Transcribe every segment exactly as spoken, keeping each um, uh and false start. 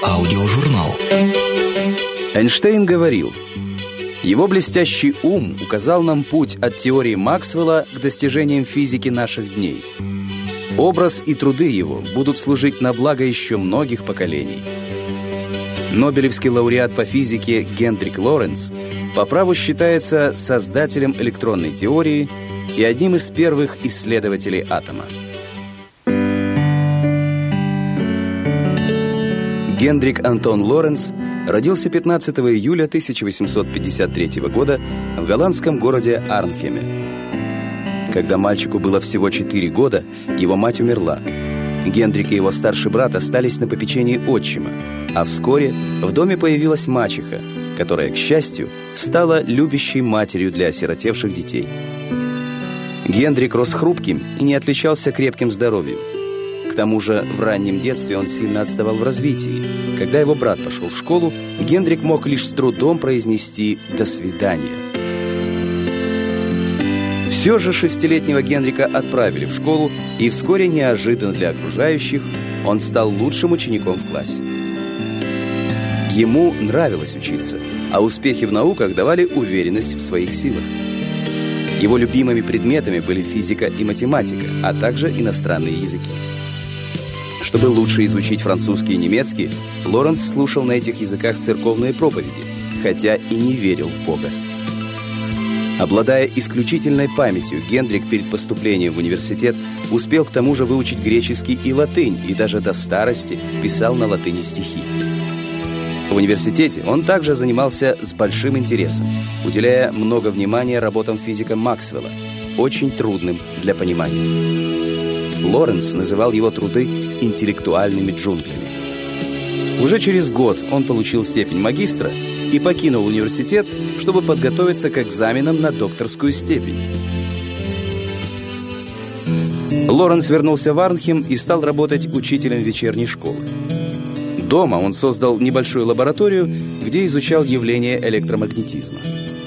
Аудиожурнал. Эйнштейн говорил: его блестящий ум указал нам путь от теории Максвелла к достижениям физики наших дней. Образ и труды его будут служить на благо еще многих поколений. Нобелевский лауреат по физике Генрик Лоренц по праву считается создателем электронной теории и одним из первых исследователей атома. Генрик Антон Лоренц родился пятнадцатого июля тысяча восемьсот пятьдесят третьего года в голландском городе Арнхеме. Когда мальчику было всего четыре года, его мать умерла. Генрик и его старший брат остались на попечении отчима, а вскоре в доме появилась мачеха, которая, к счастью, стала любящей матерью для осиротевших детей. Генрик рос хрупким и не отличался крепким здоровьем. К тому же в раннем детстве он сильно отставал в развитии. Когда его брат пошел в школу, Генрик мог лишь с трудом произнести «до свидания». Все же шестилетнего Генрика отправили в школу, и вскоре, неожиданно для окружающих, он стал лучшим учеником в классе. Ему нравилось учиться, а успехи в науках давали уверенность в своих силах. Его любимыми предметами были физика и математика, а также иностранные языки. Чтобы лучше изучить французский и немецкий, Лоренц слушал на этих языках церковные проповеди, хотя и не верил в Бога. Обладая исключительной памятью, Генрик перед поступлением в университет успел к тому же выучить греческий и латынь, и даже до старости писал на латыни стихи. В университете он также занимался с большим интересом, уделяя много внимания работам физика Максвелла, очень трудным для понимания. Лоренц называл его труды интеллектуальными джунглями. Уже через год он получил степень магистра и покинул университет, чтобы подготовиться к экзаменам на докторскую степень. Лоренц вернулся в Арнхем и стал работать учителем вечерней школы. Дома он создал небольшую лабораторию, где изучал явления электромагнетизма.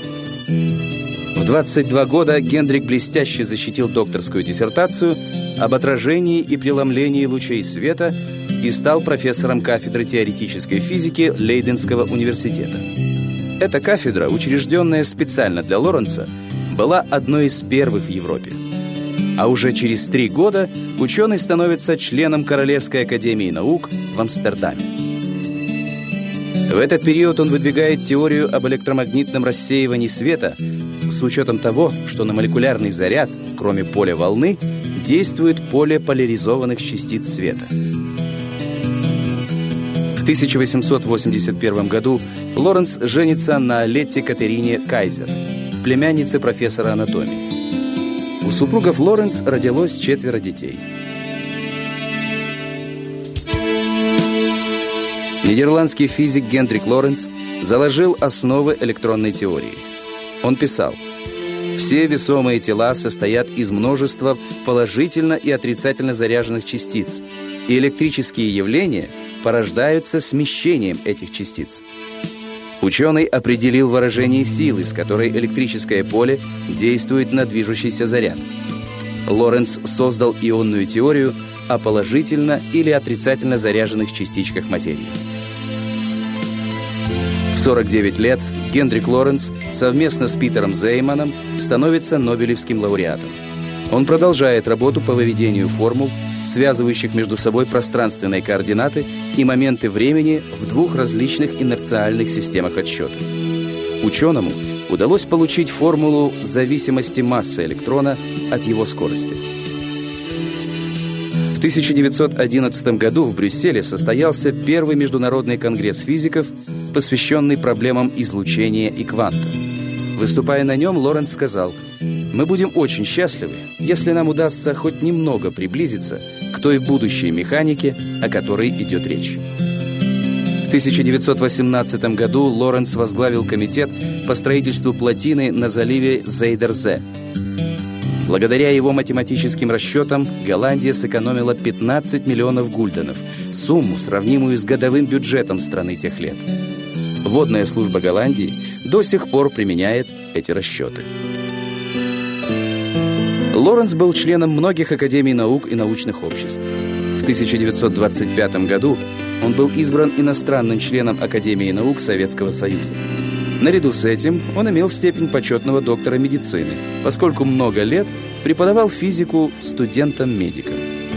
В двадцать два года Генрик блестяще защитил докторскую диссертацию об отражении и преломлении лучей света и стал профессором кафедры теоретической физики Лейденского университета. Эта кафедра, учрежденная специально для Лоренца, была одной из первых в Европе. А уже через три года ученый становится членом Королевской академии наук в Амстердаме. В этот период он выдвигает теорию об электромагнитном рассеивании света с учетом того, что на молекулярный заряд, кроме поля волны, действует поле поляризованных частиц света. В тысяча восемьсот восемьдесят первом году Лоренц женится на Летте Катерине Кайзер, племяннице профессора анатомии. У супругов Лоренц родилось четверо детей. Нидерландский физик Генрик Лоренц заложил основы электронной теории. Он писал: «Все весомые тела состоят из множества положительно и отрицательно заряженных частиц, и электрические явления порождаются смещением этих частиц». Ученый определил выражение силы, с которой электрическое поле действует на движущийся заряд. Лоренц создал ионную теорию о положительно или отрицательно заряженных частичках материи. В сорок девять лет Генрик Лоренц совместно с Питером Зейманом становится Нобелевским лауреатом. Он продолжает работу по выведению формул, связывающих между собой пространственные координаты и моменты времени в двух различных инерциальных системах отсчета. Ученому удалось получить формулу зависимости массы электрона от его скорости. В тысяча девятьсот одиннадцатом году в Брюсселе состоялся первый международный конгресс физиков, посвященный проблемам излучения и кванта. Выступая на нем, Лоренц сказал: «Мы будем очень счастливы, если нам удастся хоть немного приблизиться к той будущей механике, о которой идет речь». В тысяча девятьсот восемнадцатом году Лоренц возглавил комитет по строительству плотины на заливе Зейдерзе. Благодаря его математическим расчетам Голландия сэкономила пятнадцать миллионов гульденов, сумму, сравнимую с годовым бюджетом страны тех лет. Водная служба Голландии до сих пор применяет эти расчеты. Лоренц был членом многих академий наук и научных обществ. В тысяча девятьсот двадцать пятом году он был избран иностранным членом Академии наук Советского Союза. Наряду с этим он имел степень почетного доктора медицины, поскольку много лет преподавал физику студентам-медикам.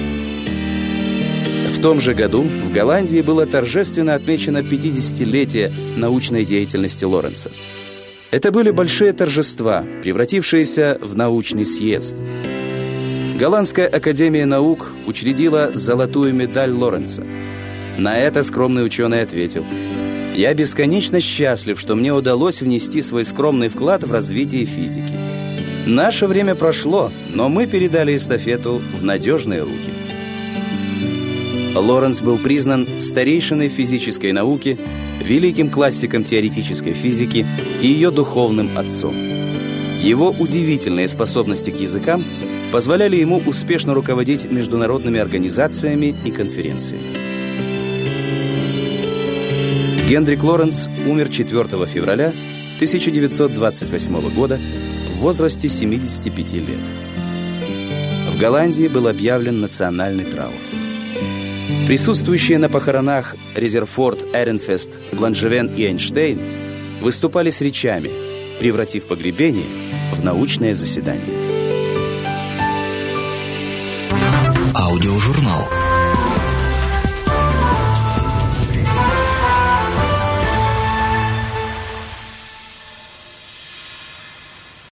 В том же году в Голландии было торжественно отмечено пятидесятилетие научной деятельности Лоренца. Это были большие торжества, превратившиеся в научный съезд. Голландская академия наук учредила золотую медаль Лоренца. На это скромный ученый ответил: «Я бесконечно счастлив, что мне удалось внести свой скромный вклад в развитие физики. Наше время прошло, но мы передали эстафету в надежные руки». Лоренц был признан старейшиной физической науки, великим классиком теоретической физики и ее духовным отцом. Его удивительные способности к языкам позволяли ему успешно руководить международными организациями и конференциями. Генрих Лоренц умер четвёртого февраля тысяча девятьсот двадцать восьмого года в возрасте семидесяти пяти лет. В Голландии был объявлен национальный траур. Присутствующие на похоронах Резерфорд, Эренфест, Лангевен и Эйнштейн выступали с речами, превратив погребение в научное заседание. Аудиожурнал.